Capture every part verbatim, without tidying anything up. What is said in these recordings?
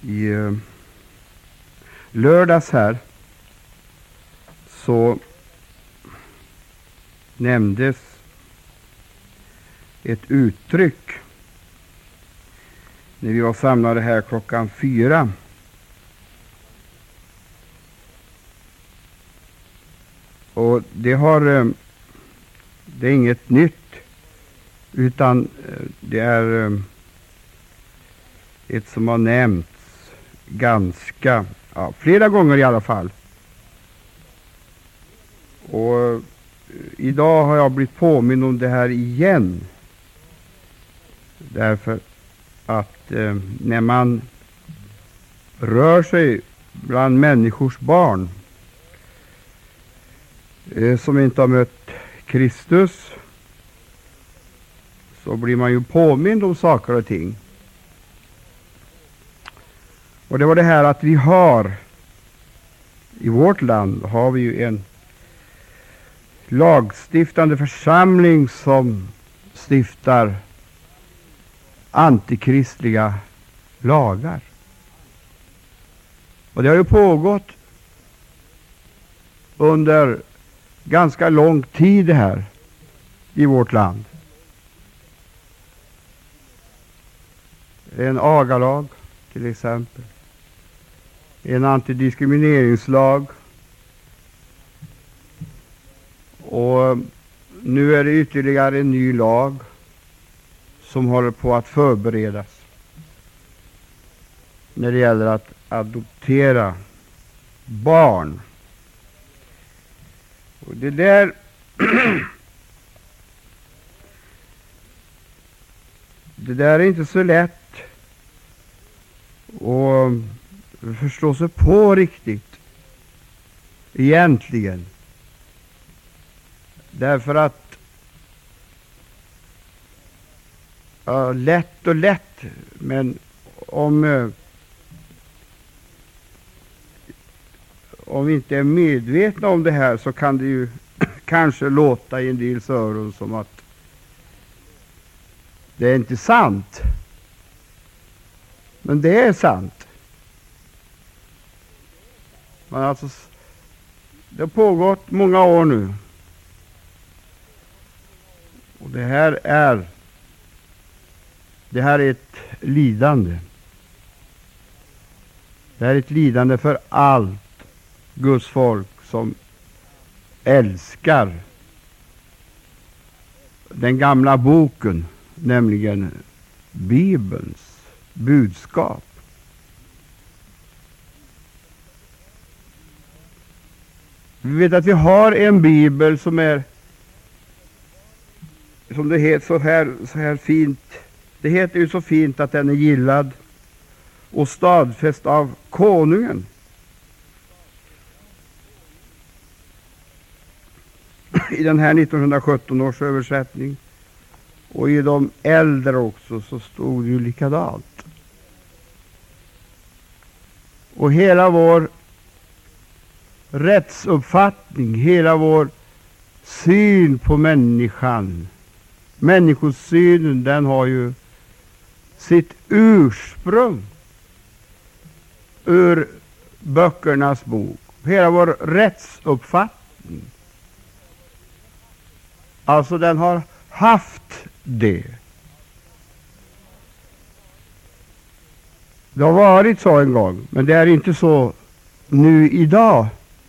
i eh, lördags här så nämndes ett uttryck när vi var samlade här klockan fyra. Och det har det är inget nytt, utan det är ett som har nämnts ganska ja, flera gånger i alla fall. Och idag har jag blivit påminn om det här igen. Därför att eh, när man rör sig bland människors barn eh, som inte har mött Kristus, så blir man ju påmind om saker och ting. Och det var det här att vi har i vårt land har vi ju en lagstiftande församling som stiftar antikristliga lagar. Och det har ju pågått under ganska lång tid här i vårt land. En agalag till exempel. En antidiskrimineringslag. Och nu är det ytterligare en ny lag som håller på att förberedas när det gäller att adoptera barn. Och det där det där är inte så lätt att förstå sig på riktigt egentligen. Därför att ja, lätt och lätt, men om eh, om vi inte är medvetna om det här, så kan det ju kanske låta i en del öron som att det är inte sant. Men det är sant. Men alltså, det har pågått många år nu. Och det här är det här är ett lidande. Det här är ett lidande för allt Guds folk som älskar den gamla boken, nämligen Bibelns budskap. Vi vet att vi har en bibel som är, som det heter så här, så här fint. Det heter ju så fint att den är gillad och stadfäst av konungen. I den här nittonhundrasjutton års översättning och i de äldre också så stod det ju likadant. Och hela vår rättsuppfattning, hela vår syn på människan, människosynen, den har ju sitt ursprung ur böckernas bok. Hela vår rättsuppfattning, alltså den har haft det. Det har varit så en gång, men det är inte så nu idag.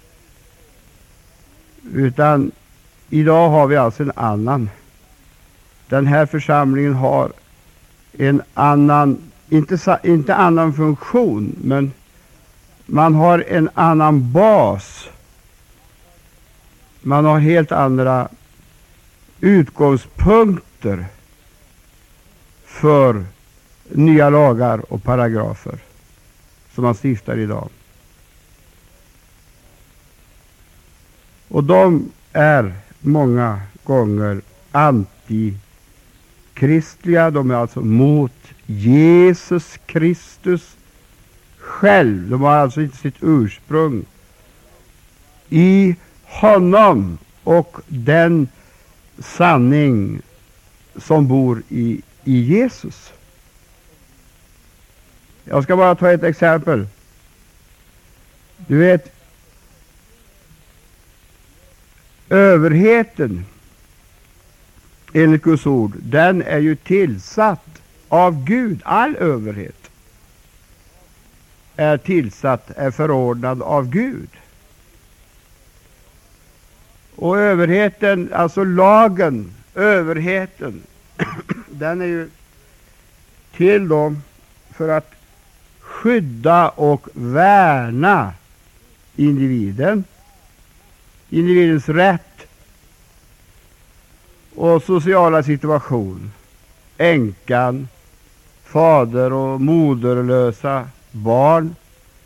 Utan idag har vi alltså en annan. Den här församlingen har en annan, inte, inte annan funktion, men man har en annan bas. Man har helt andra utgångspunkter för nya lagar och paragrafer som man stiftar idag. Och de är många gånger antikristliga. De är alltså mot Jesus Kristus själv. De har alltså inte sitt ursprung i honom och den sanning som bor i, i Jesus. Jag ska bara ta ett exempel. Du vet, överheten enligt Guds ord, den är ju tillsatt av Gud. All överhet är tillsatt, är förordnad av Gud. Och överheten, alltså lagen, överheten, den är ju till dem för att skydda och värna individen, individens rätt och sociala situation, änkan, fader och moderlösa barn.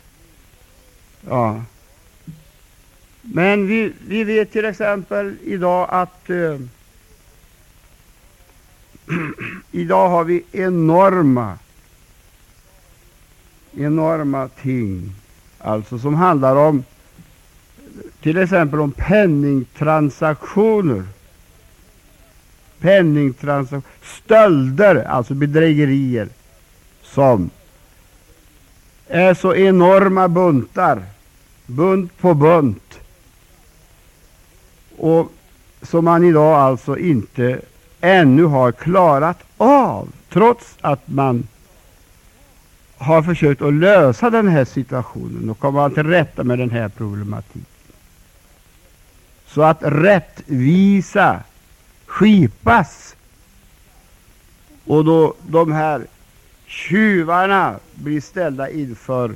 Ja. Men vi, vi vet till exempel idag att eh, idag har vi enorma enorma ting, alltså som handlar om till exempel om penningtransaktioner, penningtransaktioner, stölder, alltså bedrägerier, som är så enorma buntar, bunt på bunt, och som man idag alltså inte ännu har klarat av, trots att man har försökt att lösa den här situationen och komma till rätta med den här problematiken, så att rättvisa skipas, och då de här tjuvarna blir ställda inför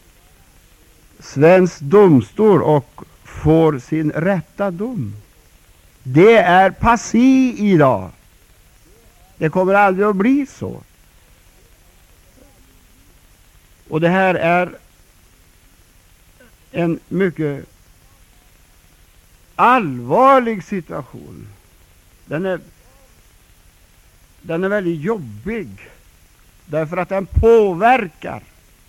svensk domstol och får sin rätta dom. Det är passé idag. Det kommer aldrig att bli så. Och det här är en mycket allvarlig situation. Den är, den är väldigt jobbig, därför att den påverkar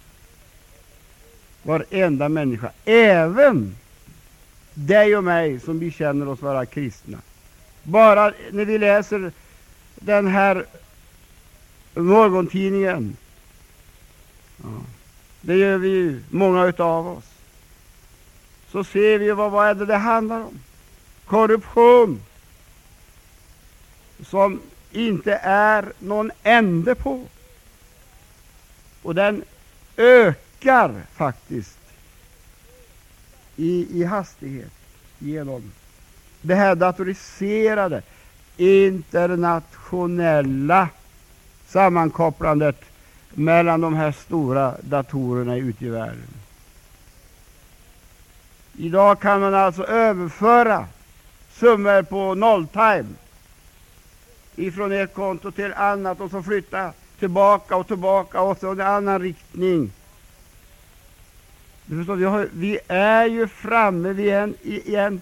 varenda människa, även dig och mig som vi känner oss vara kristna. Bara när vi läser den här morgontidningen, ja, det gör vi ju, många utav oss, så ser vi vad, vad är det det handlar om. Korruption som inte är någon ände på, och den ökar faktiskt i, i hastighet genom det här datoriserade internationella sammankopplandet mellan de här stora datorerna ute i världen. Idag kan man alltså överföra summor på nolltime ifrån ett konto till annat, och så flytta tillbaka och tillbaka och så en annan riktning. Du förstår, vi, har, vi är ju framme vid en, i, i en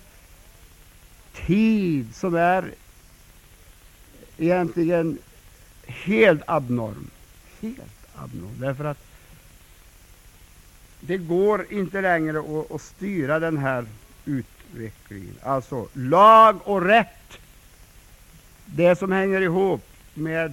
tid som är egentligen helt abnorm. Helt abnorm. Därför att det går inte längre att, att styra den här utvecklingen. Alltså lag och rätt, det som hänger ihop med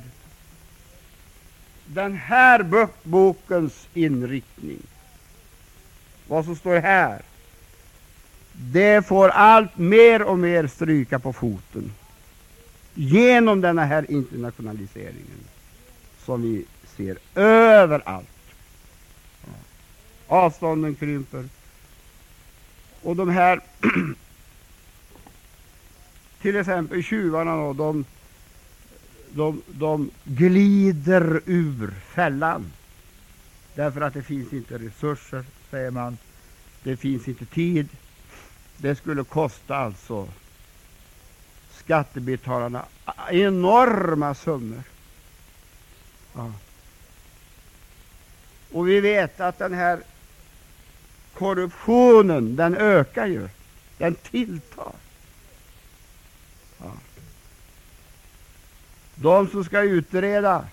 den här bokens inriktning, vad som står här, det får allt mer och mer stryka på foten genom denna här internationaliseringen som vi ser överallt. Avstånden krymper, och de här till exempel tjuvarna då, de, de, de glider ur fällan, därför att det finns inte resurser, säger man, det finns inte tid. Det skulle kosta alltså skattebetalarna enorma summor. Ja. Och vi vet att den här korruptionen, den ökar ju, den tilltar. Ja. De som ska utreda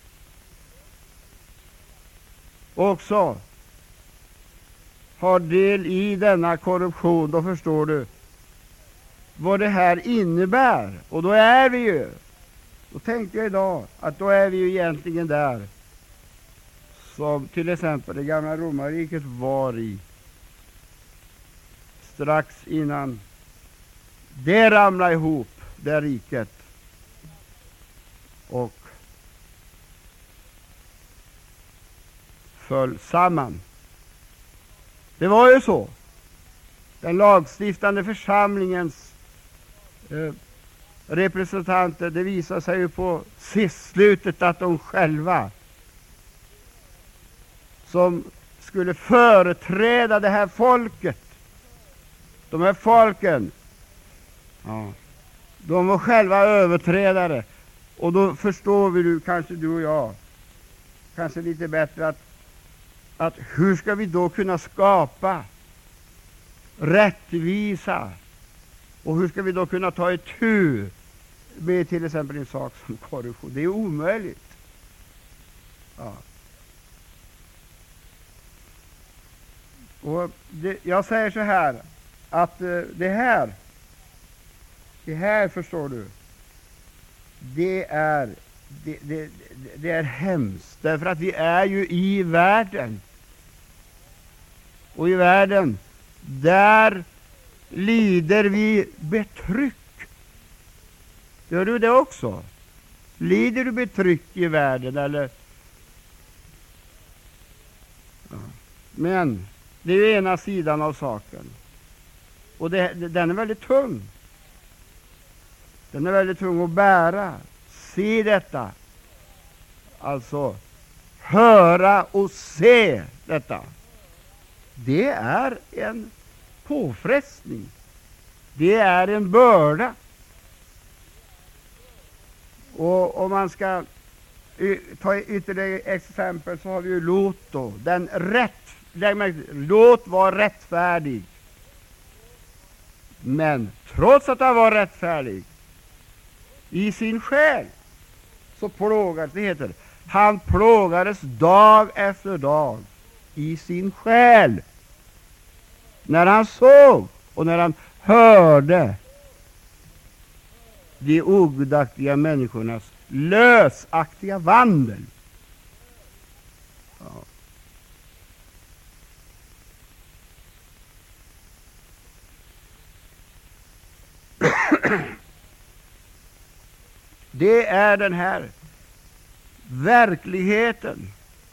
också har del i denna korruption. Då förstår du vad det här innebär. Och då är vi ju, då tänkte jag idag att då är vi ju egentligen där som till exempel det gamla romarriket var i strax innan det ramlade ihop, det riket, och föll samman. Det var ju så. Den lagstiftande församlingens eh, representanter, det visar sig ju på slutet att de själva som skulle företräda det här folket, de här folken, ja, de var själva överträdare. Och då förstår vi, du, kanske du och jag, kanske lite bättre att, att hur ska vi då kunna skapa rättvisa, och hur ska vi då kunna ta itu med till exempel en sak som korruption? Det är omöjligt. Ja. Och det, jag säger så här, att uh, det här det här förstår du, det är det, det, det är hemskt, därför att vi är ju i världen, och i världen där lider vi betryck. Gör du det också? Lider du betryck i världen, eller? Ja. Men det är ju ena sidan av saken, och det, den är väldigt tung. Den är väldigt tung att bära. Se detta. Alltså, höra och se detta. Det är en påfrestning. Det är en börda. Och om man ska y- ta ytterligare exempel, så har vi ju Lot då. Den rätt, Lot var rättfärdig. Men trots att han var rättfärdig i sin själ, så plågades, det heter, han plågades dag efter dag i sin själ, när han såg och när han hörde de ogudaktiga människornas lösaktiga vandel. Ja. Det är den här verkligheten.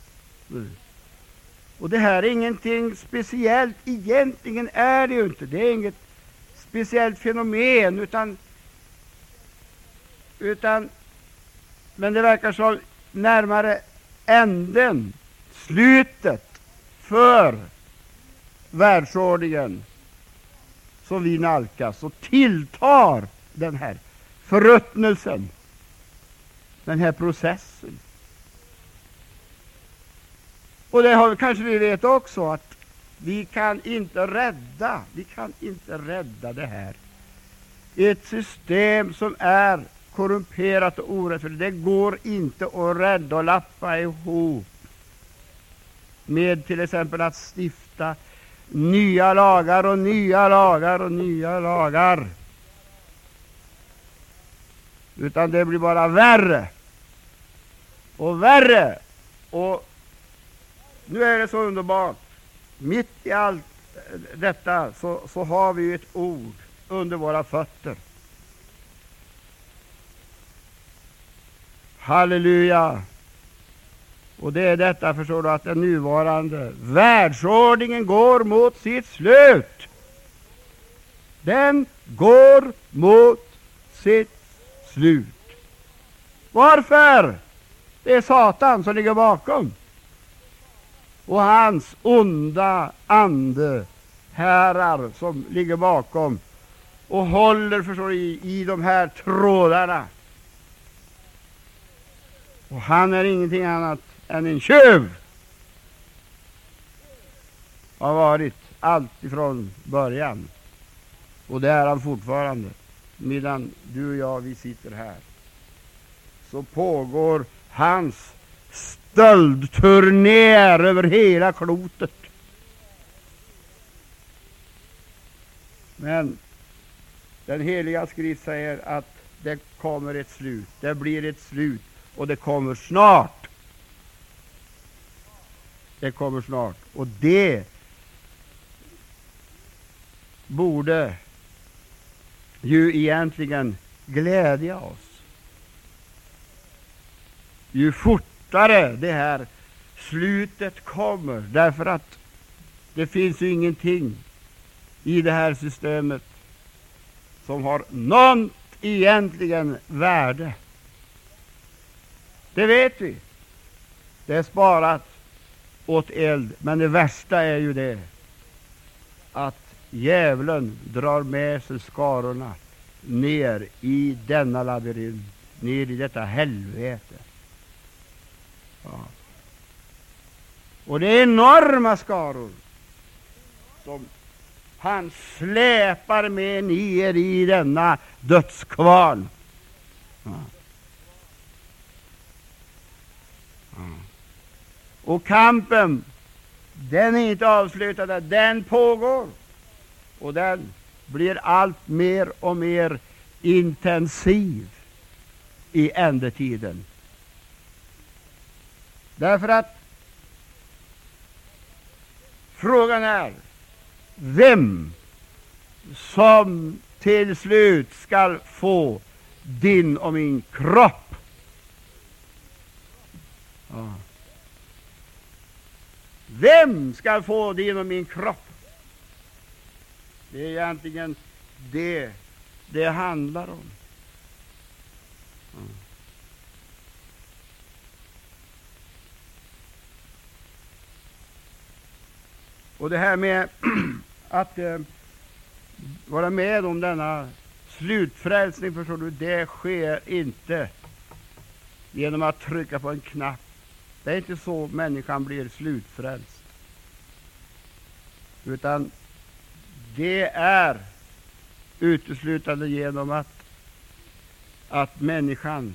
Och det här är ingenting speciellt, egentligen är det ju inte. Det är inget speciellt fenomen, utan, utan men det verkar så närmare änden, slutet för världsordningen som vi nalkas, och tilltar den här förruttnelsen, den här processen. Och det har, kanske vi vet också, att vi kan inte rädda, vi kan inte rädda det här. Ett system som är korrumperat och orättfärdigt, det går inte att rädda och lappa ihop med till exempel att stifta nya lagar och nya lagar och nya lagar. Utan det blir bara värre och värre. Och nu är det så underbart. Mitt i allt detta så, så har vi ett ord under våra fötter. Halleluja! Och det är detta, förstår du, att den nuvarande världsordningen går mot sitt slut. Den går mot sitt slut. Varför? Det är Satan som ligger bakom. Och hans onda ande herrar som ligger bakom och håller, förstår du, i, i de här trådarna. Och han är ingenting annat än en tjuv. Har varit allt ifrån början. Och det är han fortfarande. Medan du och jag, vi sitter här, så pågår hans stöldturnéer över hela klotet. Men den heliga skrift säger att det kommer ett slut. Det blir ett slut, och det kommer snart. Det kommer snart. Och det borde ju egentligen glädja oss. Ju fortare det här slutet kommer, därför att det finns ju ingenting i det här systemet som har något egentligen värde. Det vet vi. Det är sparat åt eld. Men det värsta är ju det att djävulen drar med sig skarorna ner i denna labyrint, ner i detta helvete. Ja. Och det är enorma skaror som han släpar med ner i denna dödskvarn. Ja. Ja. Och kampen, den är inte avslutad, den pågår. Och den blir allt mer och mer intensiv i ändetiden. Därför att frågan är vem som till slut skall få din och min kropp. Ja. Vem skall få din och min kropp? Det är egentligen det det handlar om. Ja. Och det här med att eh, vara med om denna slutfrälsning, förstår du, det sker inte genom att trycka på en knapp. Det är inte så människan blir slutfrälst. Utan det är uteslutande genom att, att människan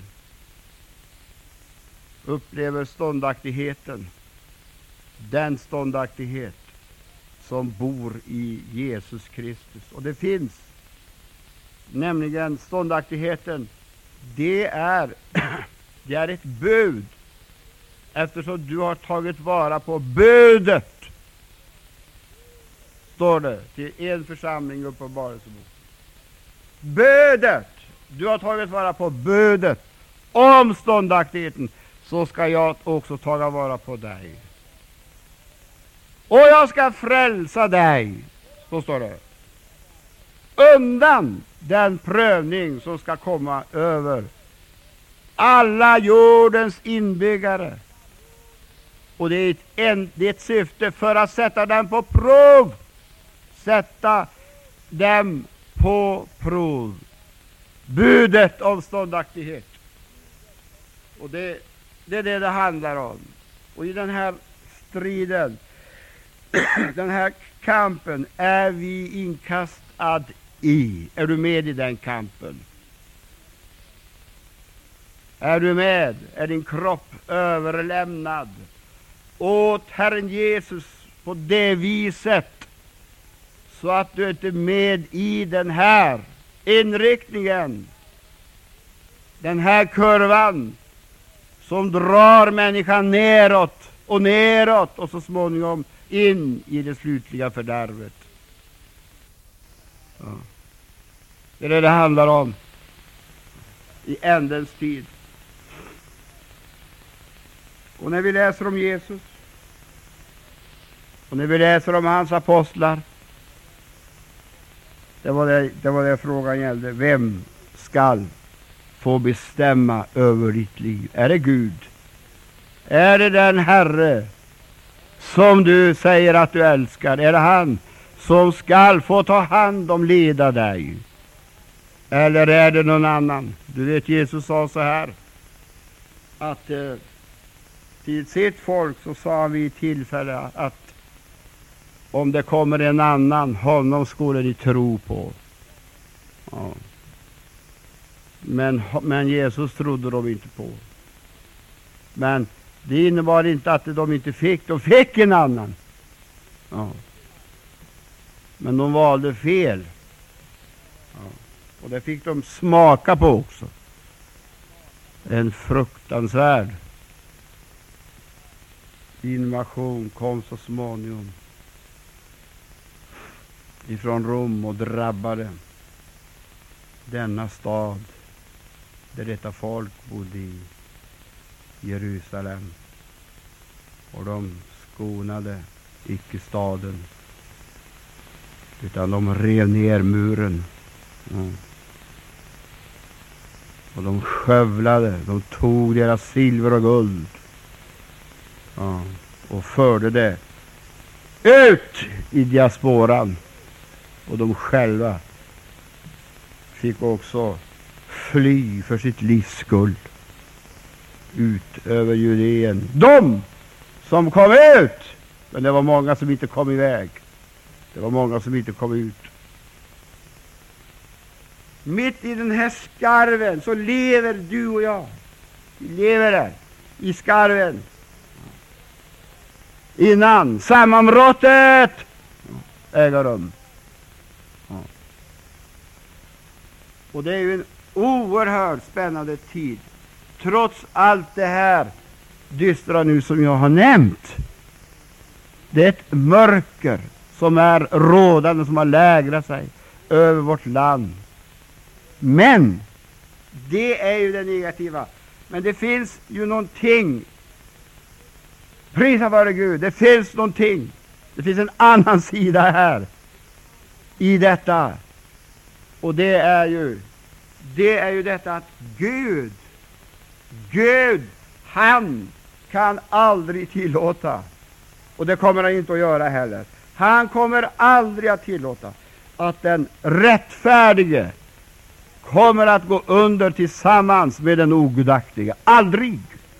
upplever ståndaktigheten. Den ståndaktighet som bor i Jesus Kristus. Och det finns nämligen ståndaktigheten. Det är, det är ett bud. Eftersom du har tagit vara på budet, står det till en församling uppe på Uppenbarelseboken. Budet! Du har tagit vara på budet om ståndaktigheten, så ska jag också ta vara på dig. Och jag ska frälsa dig, så står det, undan den prövning som ska komma över alla jordens inbyggare. Och det är ett, en, det är ett syfte för att sätta dem på prov. Sätta dem på prov. Budet om ståndaktighet. Och det, det är det det handlar om. Och i den här striden, den här kampen, är vi inkastad i. Är du med i den kampen? Är du med? Är din kropp överlämnad åt Herren Jesus på det viset, så att du inte är med i den här inriktningen, den här kurvan som drar människan neråt och neråt och så småningom in i det slutliga fördärvet. Ja. Det är det det handlar om i ändens tid. Och när vi läser om Jesus och när vi läser om hans apostlar, det var det, det var det frågan gällde. Vem skall få bestämma över ditt liv? Är det Gud? Är det den Herre som du säger att du älskar? Är det han som skall få ta hand om, leda dig? Eller är det någon annan? Du vet, Jesus sa så här, att eh, till sitt folk så sa vi i tillfälle att om det kommer en annan, honom skulle de tro på. Ja. Men, men Jesus trodde de inte på. Men det innebar inte att de inte fick. De fick en annan. Ja. Men de valde fel. Ja. Och det fick de smaka på också. En fruktansvärd invasion kom så småningom ifrån Rom och drabbade denna stad där detta folk bodde i Jerusalem. Och de skonade icke staden, utan de rev ner muren. Mm. Och de skövlade, de tog deras silver och guld, ja, och förde det ut i diasporan. Och de själva fick också fly för sitt livs skull ut över Judeen. De som kom ut, men det var många som inte kom iväg. Det var många som inte kom ut. Mitt i den här skarven så lever du och jag. Vi lever där i skarven innan sammanbrottet äger rum. Ja. Och det är ju en oerhört spännande tid. Trots allt det här dystra nu som jag har nämnt. Det är ett mörker som är rådande, som har lägrat sig över vårt land. Men det är ju det negativa. Men det finns ju någonting. Prisa vare Gud. Det finns någonting. Det finns en annan sida här i detta. Och det är ju det är ju detta att Gud Gud, han kan aldrig tillåta, och det kommer han inte att göra heller. Han kommer aldrig att tillåta att den rättfärdige kommer att gå under tillsammans med den ogudaktiga. Aldrig.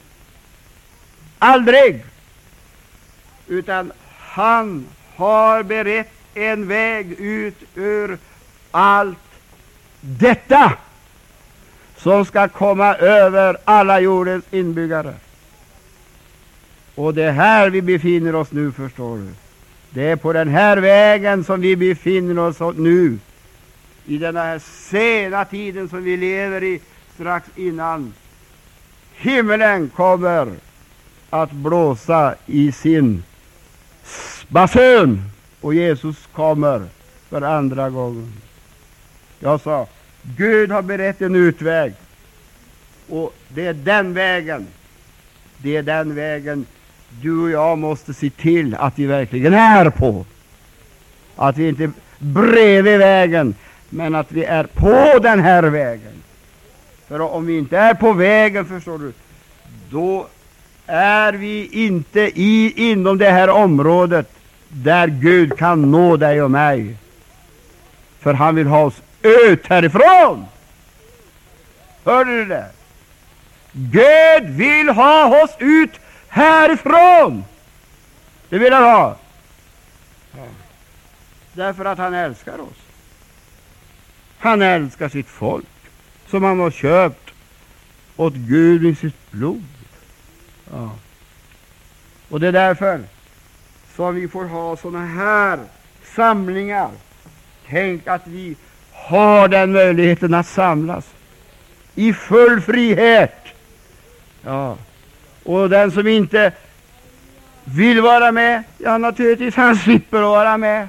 Aldrig. Utan han har berett en väg ut ur allt detta som ska komma över alla jordens inbyggare. Och det är här vi befinner oss nu, förstår du. Det är på den här vägen som vi befinner oss nu. I den här sena tiden som vi lever i, strax innan himlen kommer att blåsa i sin basun och Jesus kommer för andra gången. Jag sa, Gud har berett en utväg, och det är den vägen det är den vägen du och jag måste se till att vi verkligen är på. Att vi inte bredvid vägen, men att vi är på den här vägen. För om vi inte är på vägen, förstår du, då är vi inte i inom det här området där Gud kan nå dig och mig. För han vill ha oss ut härifrån. Hörde du det? Gud vill ha oss ut härifrån. Det vill han ha. Ja. Därför att han älskar oss. Han älskar sitt folk som han har köpt åt Gud i sitt blod. Ja. Och det är därför som vi får ha såna här samlingar. Tänk att vi har den möjligheten att samlas i full frihet. Ja. Och den som inte vill vara med, ja naturligtvis han slipper att vara med.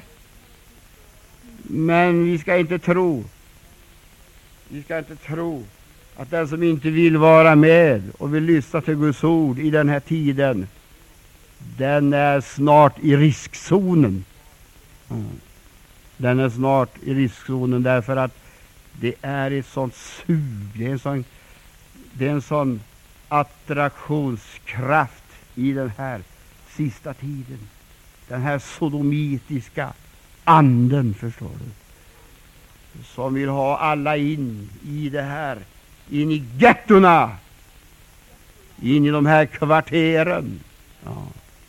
Men vi ska inte tro vi ska inte tro att den som inte vill vara med och vill lyssna till Guds ord i den här tiden, den är snart i riskzonen. Mm. Den är snart i riskzonen därför att det är ett sånt sug, det är en sån, det är en sån attraktionskraft i den här sista tiden. Den här sodomitiska anden, förstår du, som vill ha alla in i det här, in i gettorna, in i de här kvarteren. Ja.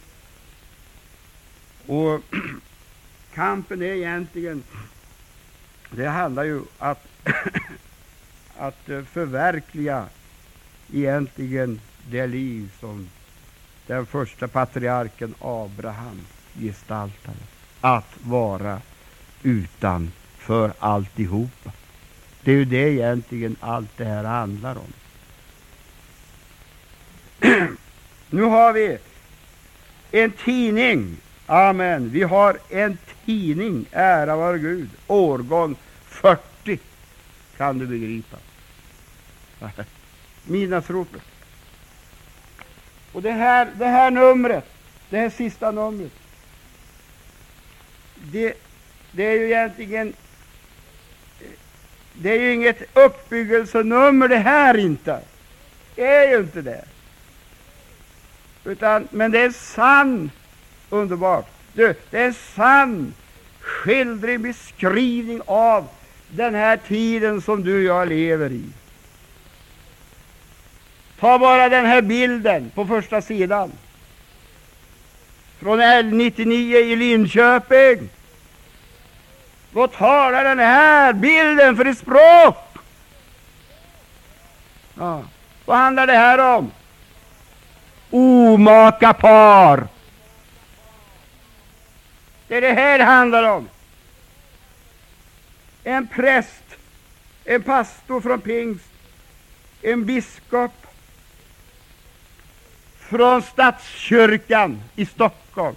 Och kampen är egentligen, det handlar ju att att förverkliga egentligen det liv som den första patriarken Abraham gestaltade, att vara utan för alltihopa. Det är ju det egentligen allt det här handlar om. Nu har vi en tidning. Amen. Vi har en tidning, ära vare Gud, årgång fyrtio. Kan du begripa? Midnattsropet. Och det här, det här numret, det här sista numret, det, det är ju egentligen, det är ju inget uppbyggelsenummer det här inte. Det är ju inte det. Utan, men det är sann, underbart. Det, det är en sann skildring, beskrivning av den här tiden som du och jag lever i. Ta bara den här bilden på första sidan. Från L nittionio i Linköping. Vad talar den här bilden för ett språk? Ja. Vad handlar det här om? Omaka par. Det är det här det handlar om. En präst, en pastor från Pingst, en biskop från Stadskyrkan i Stockholm.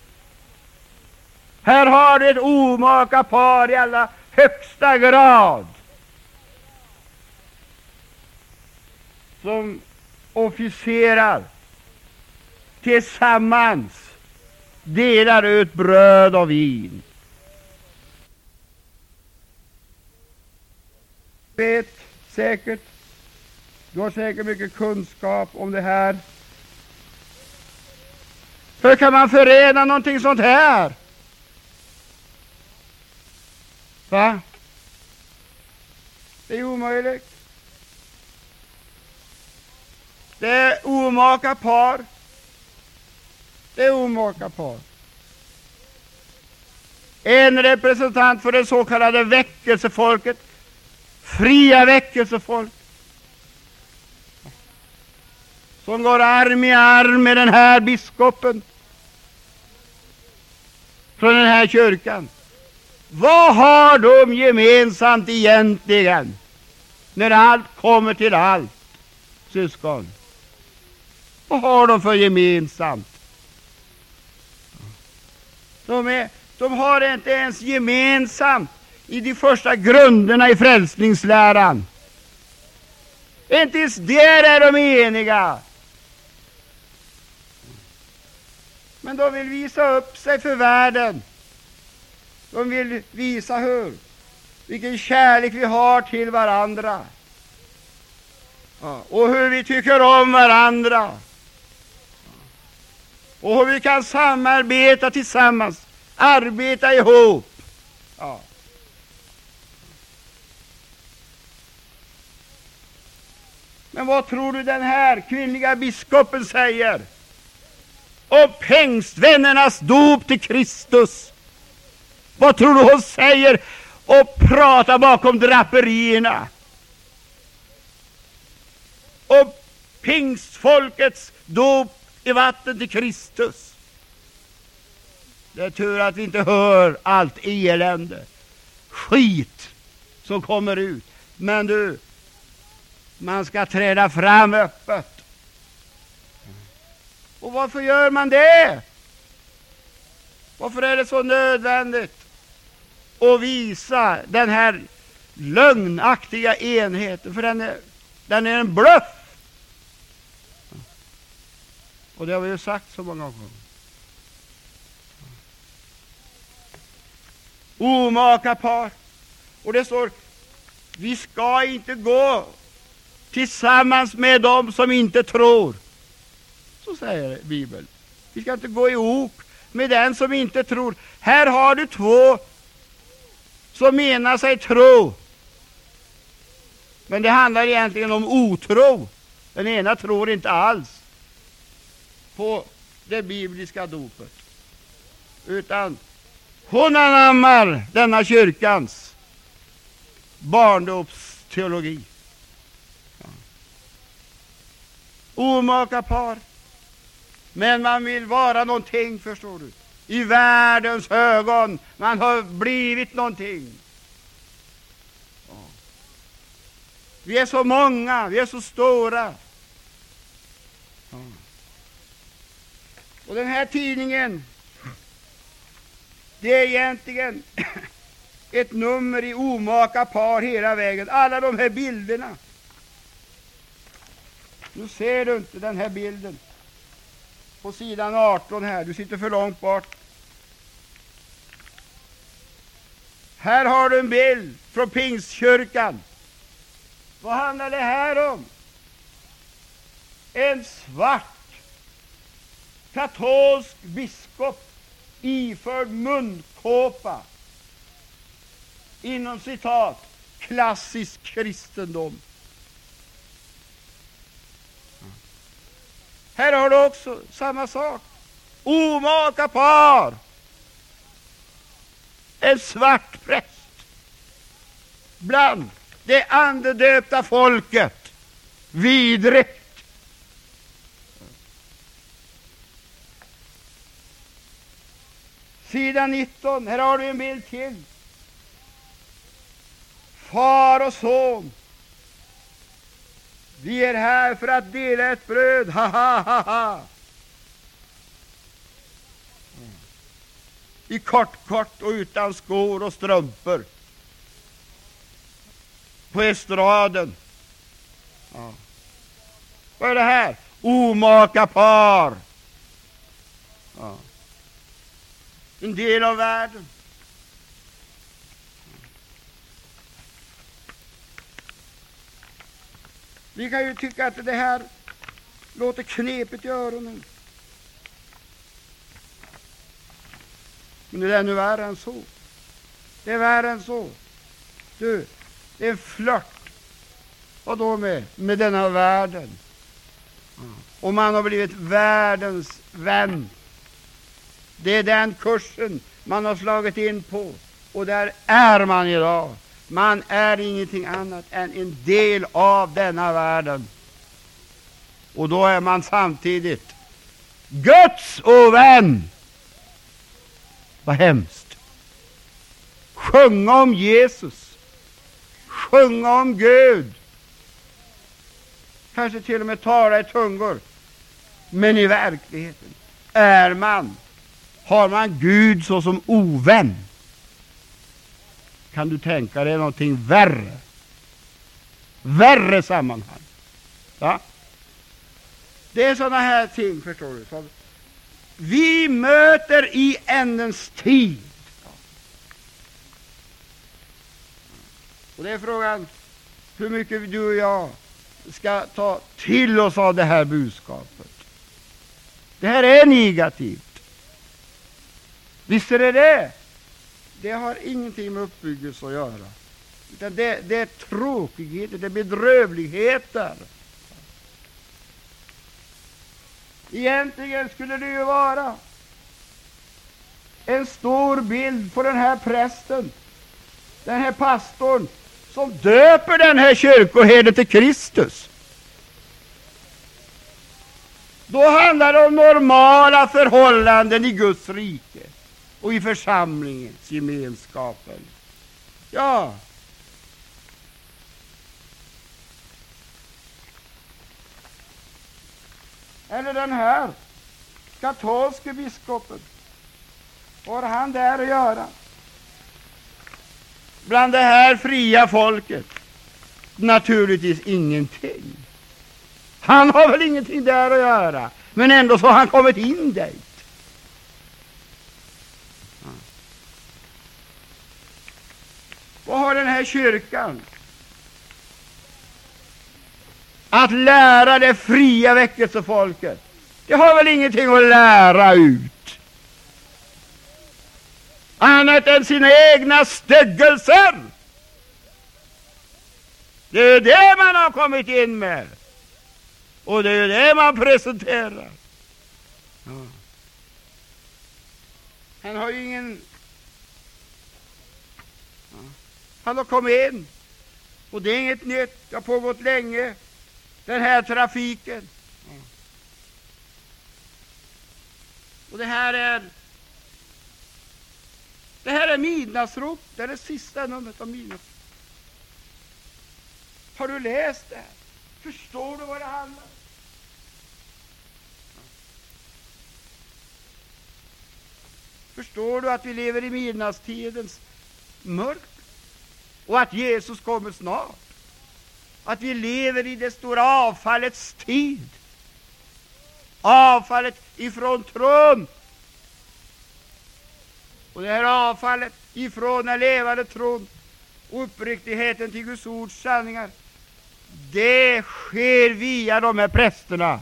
Här har du ett omaka par i allra högsta grad, som officerar tillsammans, delar ut bröd och vin. Du vet säkert, du har säkert mycket kunskap om det här. Hur kan man förena någonting sånt här? Va? Det är omöjligt. Det är omaka par. Det är omaka par. En representant för det så kallade väckelsefolket, fria väckelsefolk, som går arm i arm med den här biskopen från den här kyrkan. Vad har de gemensamt egentligen, när allt kommer till allt, syskon? Vad har de för gemensamt? De, är, de har inte ens gemensamt i de första grunderna i frälsningsläran. Inte ens där är de eniga. Men de vill visa upp sig för världen. De vill visa hur, vilken kärlek vi har till varandra. Ja, och hur vi tycker om varandra. Och hur vi kan samarbeta tillsammans, arbeta ihop. Ja. Men vad tror du den här kvinnliga biskopen säger? Och pingstvännernas dop till Kristus. Vad tror du hon säger och pratar bakom draperierna? Och pingstfolkets dop i vatten till Kristus. Det är tur att vi inte hör allt elände, skit som kommer ut. Men du, man ska träda fram öppet. Och varför gör man det? Varför är det så nödvändigt att visa den här lögnaktiga enheten? För den är, den är en bluff. Och det har vi ju sagt så många gånger. Omaka par. Och det står, vi ska inte gå tillsammans med dem som inte tror. Så säger Bibeln. Vi ska inte gå ihop med den som inte tror. Här har du två som menar sig tro. Men det handlar egentligen om otro. Den ena tror inte alls på det bibliska dopet. Utan hon anammar denna kyrkans barndopsteologi. Ja. Omaka par. Men man vill vara någonting, förstår du. I världens ögon. Man har blivit någonting. Ja. Vi är så många. Vi är så stora. Ja. Och den här tidningen, det är egentligen ett nummer i omaka par hela vägen. Alla de här bilderna. Nu ser du inte den här bilden på sidan arton här. Du sitter för långt bort. Här har du en bild från Pingstkyrkan. Vad handlar det här om? En svart katolsk biskop iförd munkåpa, inom citat klassisk kristendom. Här har du också samma sak. Omaka par. En svart präst bland det andedöpta folket. Vidrigt. Sidan nitton, här har du en bild till. Far och son. Vi är här för att dela ett bröd. Ha, ha, ha, ha. I kort, kort och utan skor och strumpor. På estraden. Ja. Vad är det här? Omaka par. Ja. En del av världen. Vi kan ju tycka att det här låter knepigt i öronen. Men det är ännu värre än så. Det är värre än så. Du, det är en flört. Vad då med? Med denna världen. Och man har blivit världens vän. Det är den kursen man har slagit in på. Och där är man idag. Man är ingenting annat än en del av denna världen. Och då är man samtidigt Guds ovän. Vad hemskt. Sjunga om Jesus. Sjunga om Gud. Kanske till och med tala i tungor. Men i verkligheten är man, har man Gud såsom ovän. Kan du tänka dig någonting värre? Värre sammanhang. Ja? Det är sådana här ting, förstår du, som vi möter i ändens tid. Och det är frågan hur mycket du och jag ska ta till oss av det här budskapet. Det här är negativt. Visst är det det? Det har ingenting med uppbyggelse att göra. Utan det, det är tråkigheter, det är bedrövligheter. Egentligen skulle det ju vara en stor bild på den här prästen, den här pastorn, som döper den här kyrkoherden till Kristus. Då handlar det om normala förhållanden i Guds rike och i församlingens gemenskapen. Ja. Eller den här katolske biskopen. Vad har han där att göra? Bland det här fria folket? Naturligtvis ingenting. Han har väl ingenting där att göra. Men ändå så har han kommit in dit. Ja. Vad har den här kyrkan att lära det fria väckelsefolket? Det har väl ingenting att lära ut. Annat än sina egna styggelser. Det är det man har kommit in med. Och det är det man presenterar. Ja. Han har ju ingen... Ja. Han har kommit in. Och det är inget nytt. Det har pågått länge. Den här trafiken. Ja. Och det här är... Det här är midnattsrop. Det är det sista numret av midnattsrop. Har du läst det här? Förstår du vad det handlar om? Förstår du att vi lever i midnattstidens mörk och att Jesus kommer snart? Att vi lever i det stora avfallets tid. Avfallet ifrån tron. Och det här avfallet ifrån den levande tron och uppriktigheten till Guds ords sanningar, det sker via de här prästerna.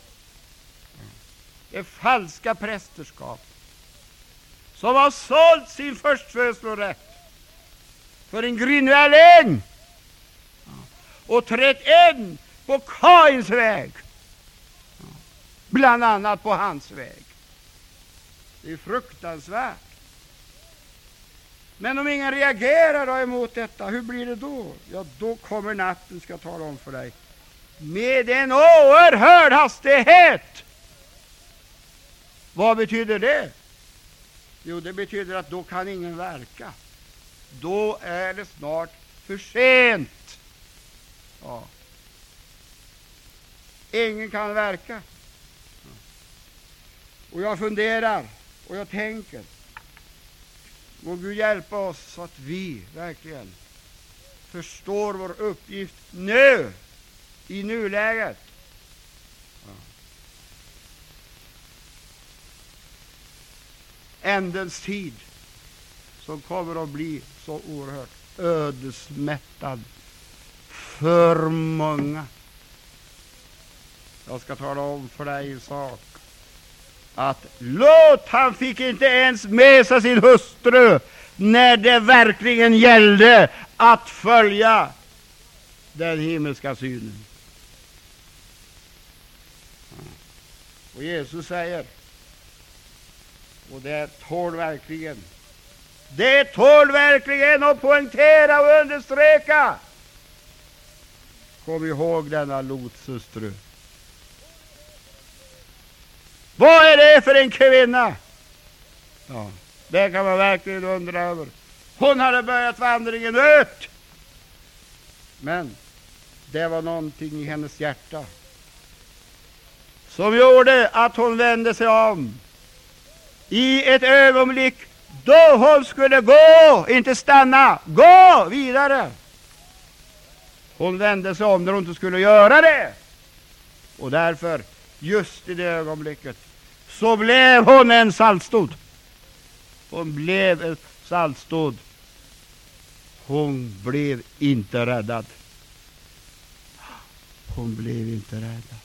Det falska prästerskap som har sålt sin förstfödslorätt för en grynvälling och trätt in på Kains väg, bland annat på hans väg. Det är fruktansvärt. Men om ingen reagerar då emot detta, hur blir det då? Ja, då kommer natten, ska tala om för dig, med en oerhörd hastighet. Vad betyder det? Jo, det betyder att då kan ingen verka. Då är det snart för sent. Ja. Ingen kan verka. Och jag funderar och jag tänker, må Gud hjälpa oss så att vi verkligen förstår vår uppgift nu, i nuläget. Ja. Ändens tid som kommer att bli så oerhört ödesmättad för många. Jag ska tala om för dig en sak. Att Lot, han fick inte ens med sig sin hustru när det verkligen gällde att följa den himmelska synen. Och Jesus säger, och det tål verkligen, det tål verkligen att poängtera och understryka. Kom ihåg denna Lots hustru. Vad är det för en kvinna? Ja, det kan man verkligen undra över. Hon hade börjat vandringen ut, men det var någonting i hennes hjärta som gjorde att hon vände sig om i ett ögonblick då hon skulle gå, inte stanna, gå vidare. Hon vände sig om när hon inte skulle göra det, och därför just i det ögonblicket så blev hon en saltstod. Hon blev en saltstod. Hon blev inte räddad. Hon blev inte räddad.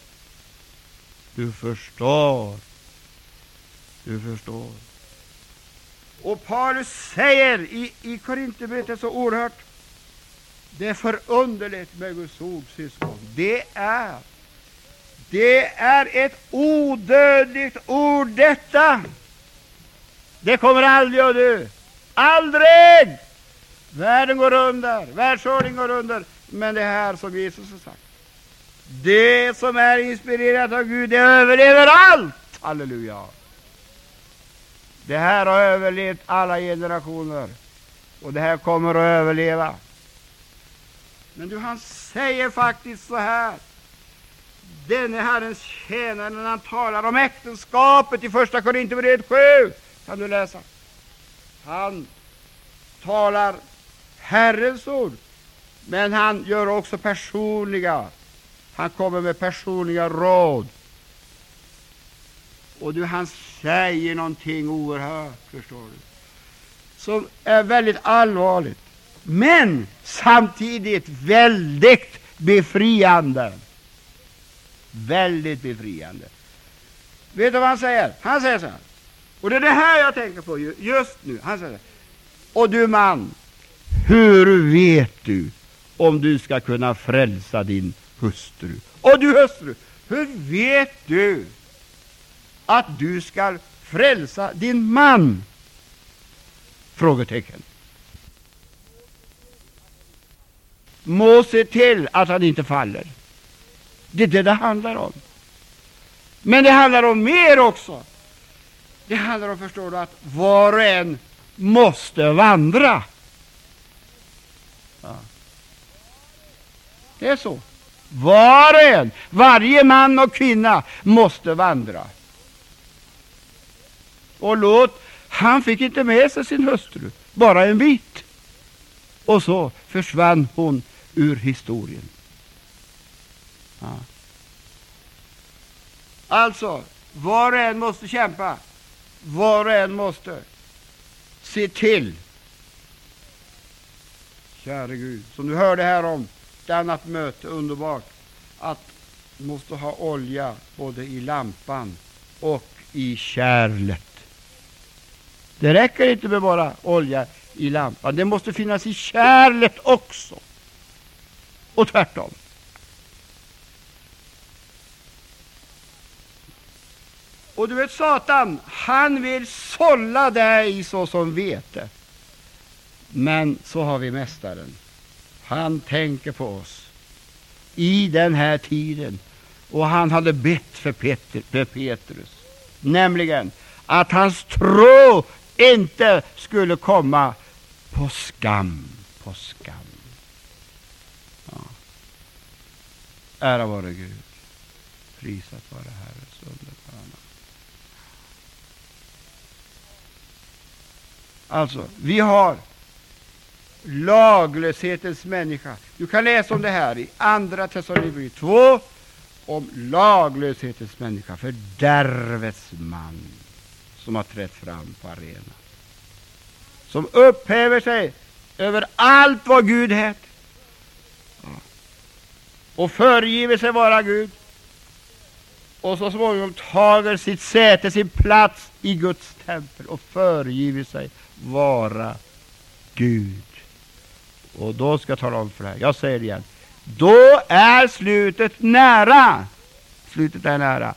Du förstår. Du förstår. Och Paulus säger i, i Korinthierbrevet så oerhört, det är förunderligt med Guds ord, syskon. Det är Det är ett odödligt ord detta. Det kommer aldrig att dö. Aldrig! Världen går under, världsordningen går under. Men det här som Jesus har sagt, det som är inspirerat av Gud, det överlever allt. Halleluja. Det här har överlevt alla generationer, och det här kommer att överleva. Men du, han säger faktiskt så här, denne Herrens tjänare, när han talar om äktenskapet i första Korinthierbrevet sju, kan du läsa. Han talar Herrens ord, men han gör också personliga, han kommer med personliga råd. Och du, han säger någonting oerhört, förstår du, som är väldigt allvarligt, men samtidigt väldigt befriande. Väldigt befriande. Vet du vad han säger? Han säger så här, och det är det här jag tänker på just nu. Han säger, och du man, hur vet du om du ska kunna frälsa din hustru? Och du hustru, hur vet du att du ska frälsa din man? Frågetecken. Må se till att han inte faller. Det är det det handlar om. Men det handlar om mer också. Det handlar om, förstår du, att var och en måste vandra. Ja. Det är så. Var och en, varje man och kvinna måste vandra. Och Lot, Han fick inte med sig sin hustru, bara en bit. Och så försvann hon ur historien. Ja. Alltså, var och en måste kämpa. Var och en måste se till. Käre Gud, som du hörde här om ett annat möte, underbart, att du måste ha olja både i lampan och i kärlet. Det räcker inte med bara olja i lampan. Det måste finnas i kärlet också. Och tvärtom. Och du vet, Satan, han vill sålla dig så som vete. Men så har vi mästaren. Han tänker på oss i den här tiden. Och han hade bett för, Peter, för Petrus. Nämligen att hans tro inte skulle komma på skam. På skam. Ja. Ära vare Gud. Prisat vare Herrens underbara namn. Alltså, vi har laglöshetens människa. Du kan läsa om det här i andra Thessalonikerbrevet två, om laglöshetens människa, fördärvets man som har trätt fram på arenan, som upphäver sig över allt vad Gud heter, ja, och föregiver sig vara Gud, och så småningom tager sitt säte, sin plats i Guds tempel och föregiver sig vara Gud. Och då ska jag tala om för dig, jag säger det igen, då är slutet nära. Slutet är nära.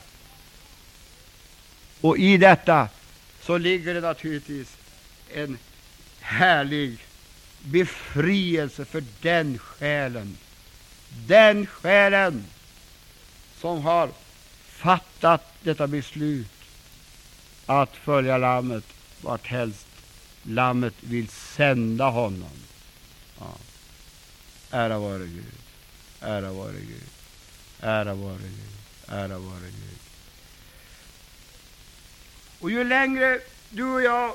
Och i detta så ligger det naturligtvis en härlig befrielse för den själen. Den själen som har fattat detta beslut att följa lammet vart helst lammet vill sända honom. Ja. Ära vare Gud. Ära vare Gud. Ära vare Gud. Ära vare Gud. Och ju längre du och jag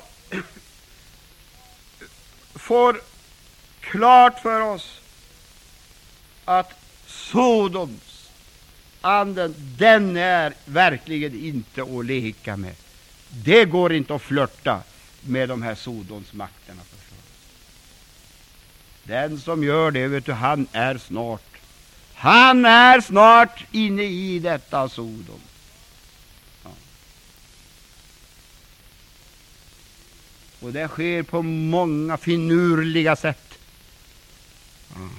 får klart för oss att Sodoms anden, den är verkligen inte att leka med. Det går inte att flörta med de här Sodoms makterna. Den som gör det, vet du, han är snart han är snart inne i detta Sodom. Ja. Och det sker på många finurliga sätt. Ja.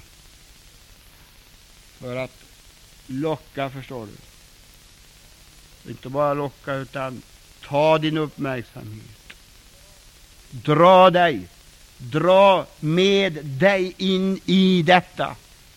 För att locka, förstår du. Inte bara locka, utan ta din uppmärksamhet. Dra dig. Dra med dig in i detta.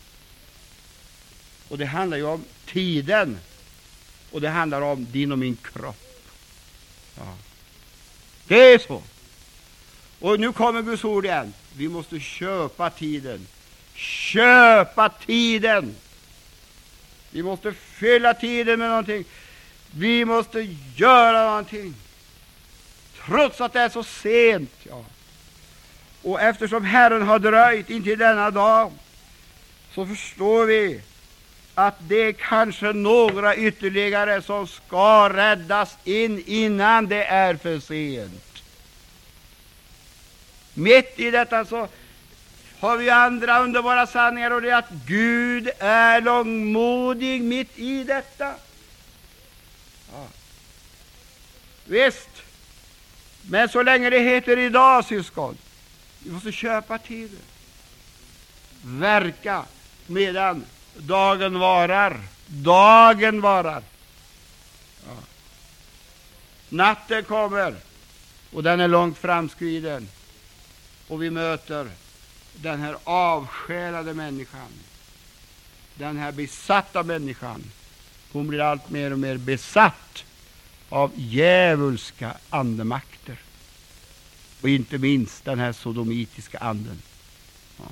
Och det handlar ju om tiden. Och det handlar om din och min kropp. Ja. Det är så. Och nu kommer Guds ord igen. Vi måste köpa tiden. Köpa tiden. Vi måste fylla tiden med någonting. Vi måste göra någonting. Trots att det är så sent. Ja. Och eftersom Herren har dröjt intill denna dag, så förstår vi att det är kanske några ytterligare som ska räddas in innan det är för sent. Mitt i detta så har vi andra underbara sanningar, och det är att Gud är långmodig mitt i detta. Ja. Visst, men så länge det heter idag, syskon, vi måste köpa tiden. Verka medan dagen varar. Dagen varar. Ja. Natten kommer, och den är långt framskriden. Och vi möter den här avsjälade människan. Den här besatta människan. Hon blir allt mer och mer besatt av djävulska andemakter. Och inte minst den här sodomitiska anden. Ja.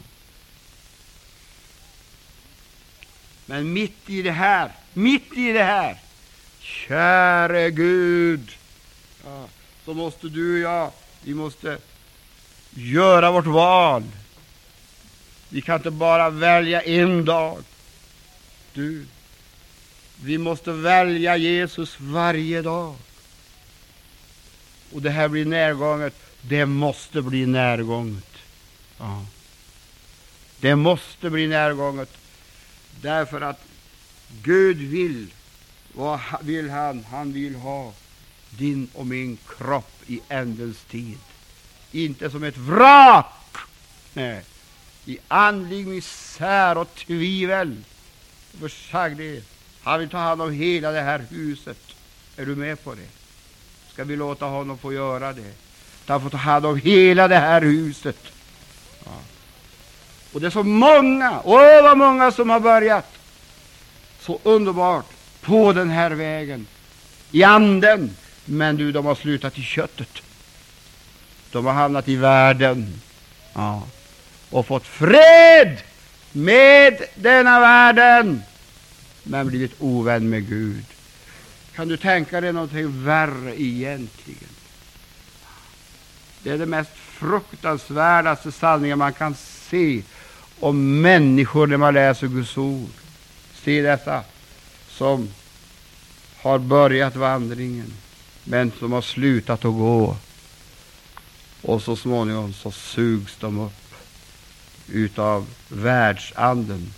Men mitt i det här, mitt i det här, käre Gud, ja, så måste du och jag Vi måste göra vårt val. Vi kan inte bara välja en dag. Du, vi måste välja Jesus varje dag. Och det här blir närgånget. Det måste bli närgånget. Ja. Det måste bli närgånget. Därför att Gud vill, vad vill han? Han vill ha din och min kropp i ändens tid. Inte som ett vrak. Nej. I andlig misär och tvivel. Försag det. Han vill ta hand om hela det här huset. Är du med på det? Ska vi låta honom få göra det? Han får ta hand om hela det här huset. Ja. Och det är så många, åh vad många som har börjat så underbart på den här vägen i anden, men du, de har slutat i köttet. De har hamnat i världen, ja, och fått fred med denna världen, men blivit ovän med Gud. Kan du tänka dig någonting värre egentligen? Det är det mest fruktansvärdaste sanningen man kan se om människor när man läser Guds ord. Se dessa som har börjat vandringen, men som har slutat att gå. Och så småningom så sugs de upp utav världsanden,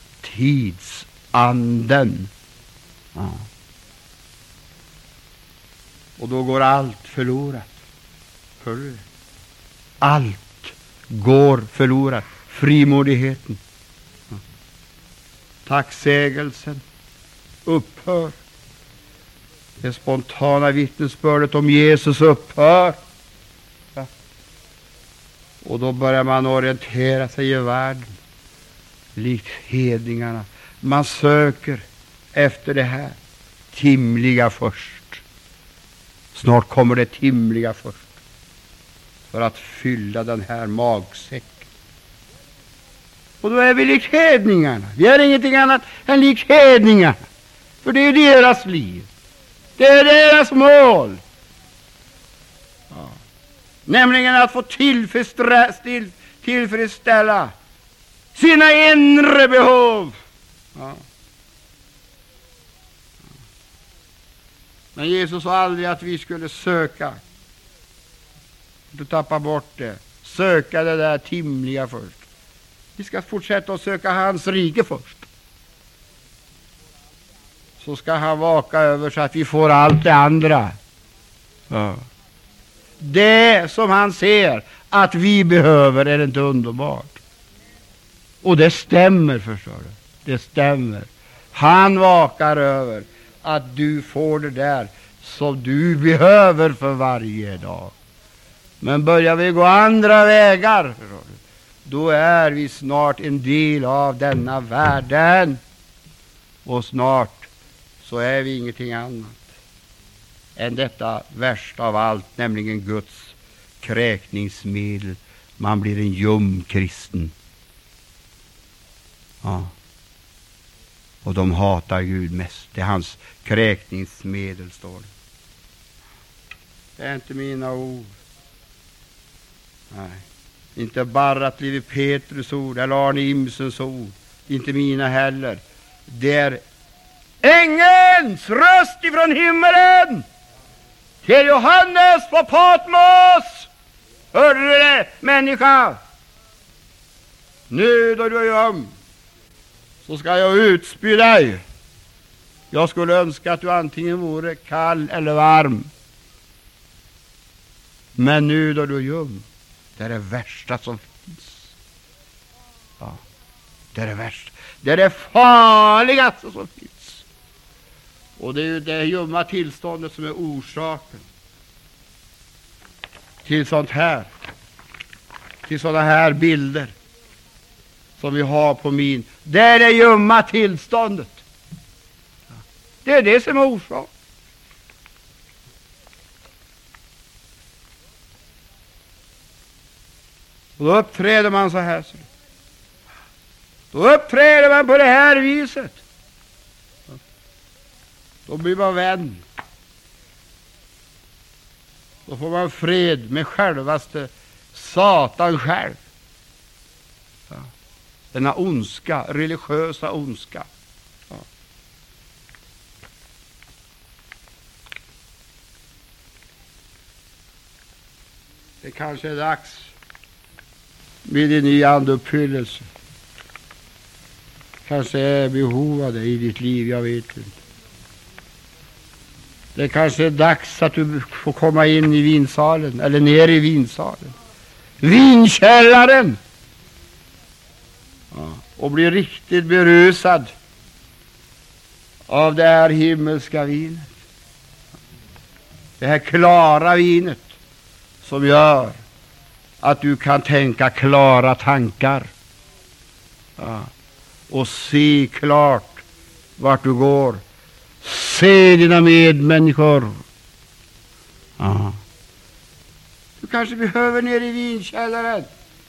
tidsanden. Ja. Och då går allt förlorat. Hör du? Allt går förlorat. Frimodigheten, ja, tacksägelsen upphör. Det spontana vittnesbördet om Jesus upphör. Ja. Och då börjar man orientera sig i världen likt hedningarna. Man söker efter det här timliga först. Snart kommer det timliga först för att fylla den här magsäcken. Och då är vi likt hedningarna. Vi är ingenting annat än likt hedningarna. För det är deras liv. Det är deras mål. Ja. Nämligen att få tillfredsställa, till, tillfredsställa sina inre behov. Ja. Men Jesus sa aldrig att vi skulle söka. Du tappar bort det. Söka det där timliga först. Vi ska fortsätta att söka hans rike först. Så ska han vaka över så att vi får allt det andra. Ja. Det som han ser att vi behöver, är inte underbart. Och det stämmer, förstår du. Det stämmer. Han vakar över att du får det där som du behöver för varje dag. Men börjar vi gå andra vägar, förstår du, då är vi snart en del av denna världen. Och snart så är vi ingenting annat än detta värsta av allt, nämligen Guds kräkningsmedel. Man blir en ljum kristen. Ja. Och de hatar Gud mest. Det är hans kräkningsmedel, står det. Det är inte mina ord. Nej. Inte Barrat Levi Petrus ord eller Arne Imsens ord. Inte mina heller. Det är ängelns röst ifrån himmelen till Johannes på Patmos. Hörde du det, människa? Nu då du är gömd, så ska jag utspy dig. Jag skulle önska att du antingen vore kall eller varm. Men nu då du är gömd, det är det värsta som finns. Ja, det är det värsta. Det är det farligaste som finns. Och det är ju det ljumma tillståndet som är orsaken till sånt här. Till sådana här bilder som vi har på min. Det är det ljumma tillståndet. Det är det som är orsaken. Och då uppträder man så här. Då uppträder man på det här viset. Då blir man vän. Då får man fred med självaste Satan själv. Ja. Denna ondska, religiösa ondska. Ja. Det kanske är dags med en ny andeuppfyllelse. Kanske är behov av det i ditt liv, jag vet inte. Det kanske är dags att du får komma in i vinsalen eller ner i vinsalen. Vinkällaren! Ja, och bli riktigt berusad av det här himmelska vinet. Det här klara vinet som gör att du kan tänka klara tankar. Ja, och se klart vart du går. Se dina medmänniskor. Ja. Du kanske behöver ner i vinkällaren.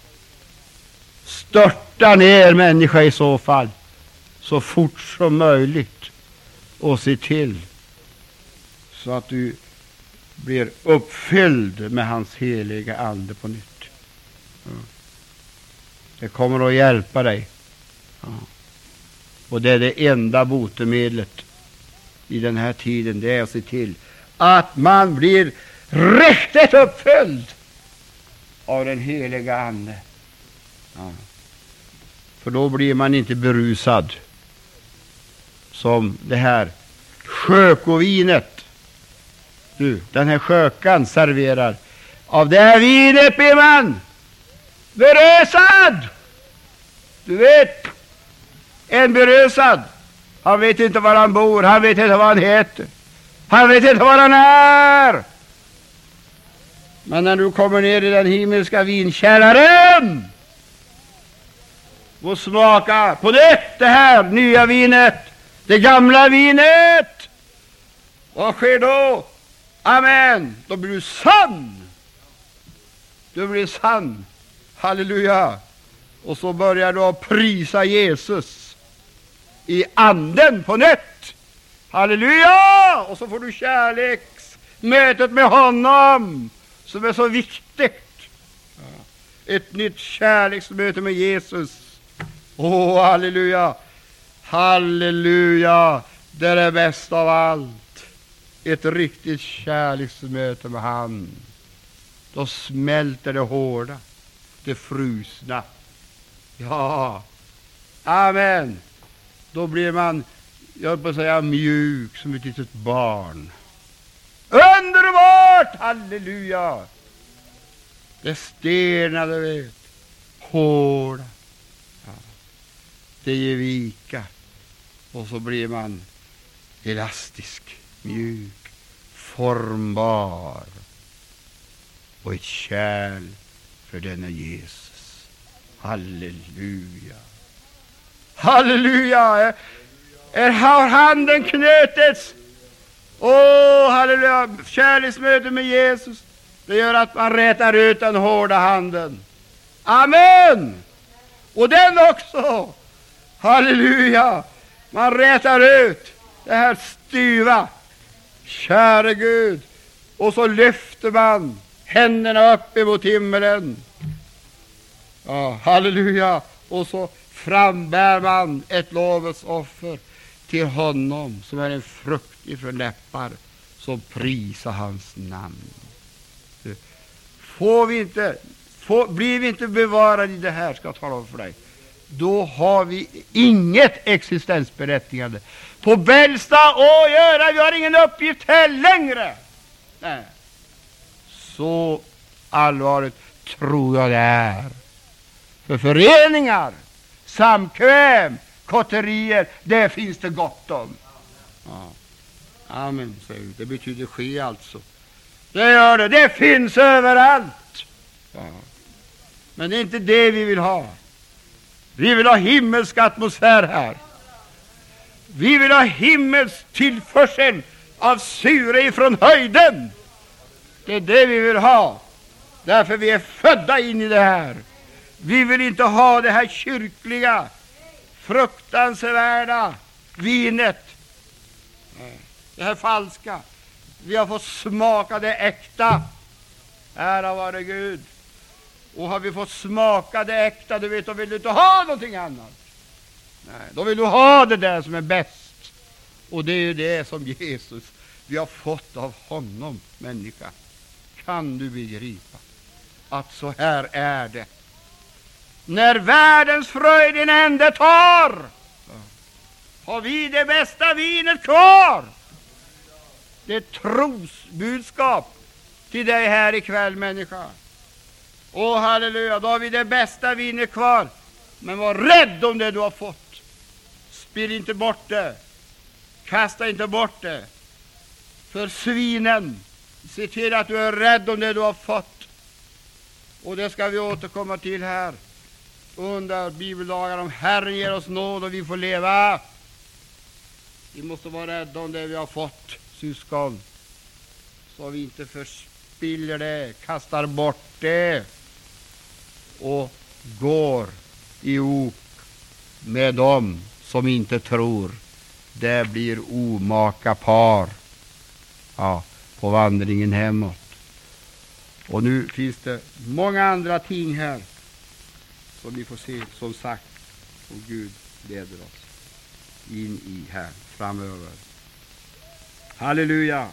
Störta ner människa i så fall så fort som möjligt och se till så att du blir uppfylld med hans heliga ande på nytt. Ja. Det kommer att hjälpa dig. Ja. Och det är det enda botemedlet i den här tiden, det är att se till att man blir riktigt uppfylld av den heliga ande. Ja. För då blir man inte berusad som det här skökovinet. Du, den här skökan serverar. Av det här vinet blir man berusad. Du vet, en berusad, han vet inte var han bor, han vet inte vad han heter, han vet inte var han är. Men när du kommer ner i den himmelska vinkällaren och smaka på det, det här nya vinet, det gamla vinet, vad sker då? Amen, då blir du sann. Du blir sann. Halleluja. Och så börjar du att prisa Jesus i anden på nytt. Halleluja! Och så får du kärleksmötet med honom som är så viktigt. Ett nytt kärleksmöte med Jesus. Åh, halleluja! Halleluja! Det är det bästa av allt. Ett riktigt kärleksmöte med han. Då smälter det hårda, det frusna. Ja, amen. Då blir man, jag höll på att säga, mjuk som ett litet barn. Underbart, halleluja. Det stenade, vet, hårda. Ja. Det ger vika. Och så blir man elastisk, mjuk, formbar. Och ett kärl för denna Jesus. Halleluja. Halleluja. Är har handen knötets. Åh, halleluja. Kärleksmöte med Jesus. Det gör att man rätar ut den hårda handen. Amen. Och den också. Halleluja. Man rätar ut det här styva. Käre Gud. Och så lyfter man händerna upp emot himmelen. Ja, halleluja. Och så frambär man ett lovets offer till honom som är en frukt ifrån läppar som prisar hans namn. Får vi inte, får, blir vi inte bevarade i det här, ska jag tala om för dig, då har vi inget existensberättigande på Bällsta och göra. Vi har ingen uppgift här längre. Nej. Så allvarligt tror jag det är. För föreningar, samkväm, kotterier, det finns det gott om. Ja. Amen, säger vi. Det betyder ske alltså. Det gör det. Det finns överallt. Ja. Men det är inte det vi vill ha. Vi vill ha himmelsk atmosfär här. Vi vill ha himmels tillförsel av syre ifrån höjden. Det är det vi vill ha. Därför vi är födda in i det här. Vi vill inte ha det här kyrkliga, fruktansvärda vinet. Det här falska. Vi har fått smaka det äkta. Ära vare Gud. Och har vi fått smaka det äkta, du vet, då vill du inte ha någonting annat. Nej, då vill du ha det där som är bäst. Och det är ju det som Jesus, vi har fått av honom, människa. Kan du begripa att så här är det? När världens fröjd en ände tar, har vi det bästa vinet kvar. Det är trosbudskap till dig här ikväll, människa. Åh, halleluja, då har vi det bästa vinet kvar. Men var rädd om det du har fått. Spill inte bort det. Kasta inte bort det. För svinen. Se till att du är rädd om det du har fått. Och det ska vi återkomma till här under bibeldagar, om Herren ger oss nåd och vi får leva. Vi måste vara rädda om det vi har fått, syskon, så vi inte förspiller det, kastar bort det och går ihop med dem som inte tror. Det blir omaka par, ja, på vandringen hemåt. Och nu finns det många andra ting här som vi får se, som sagt, och Gud leder oss in i här framöver. Halleluja!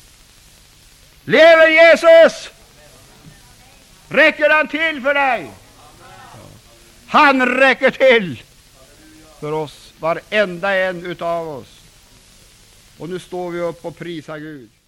Lever Jesus! Räcker han till för dig? Han räcker till för oss, varenda en utav oss. Och nu står vi upp och prisar Gud.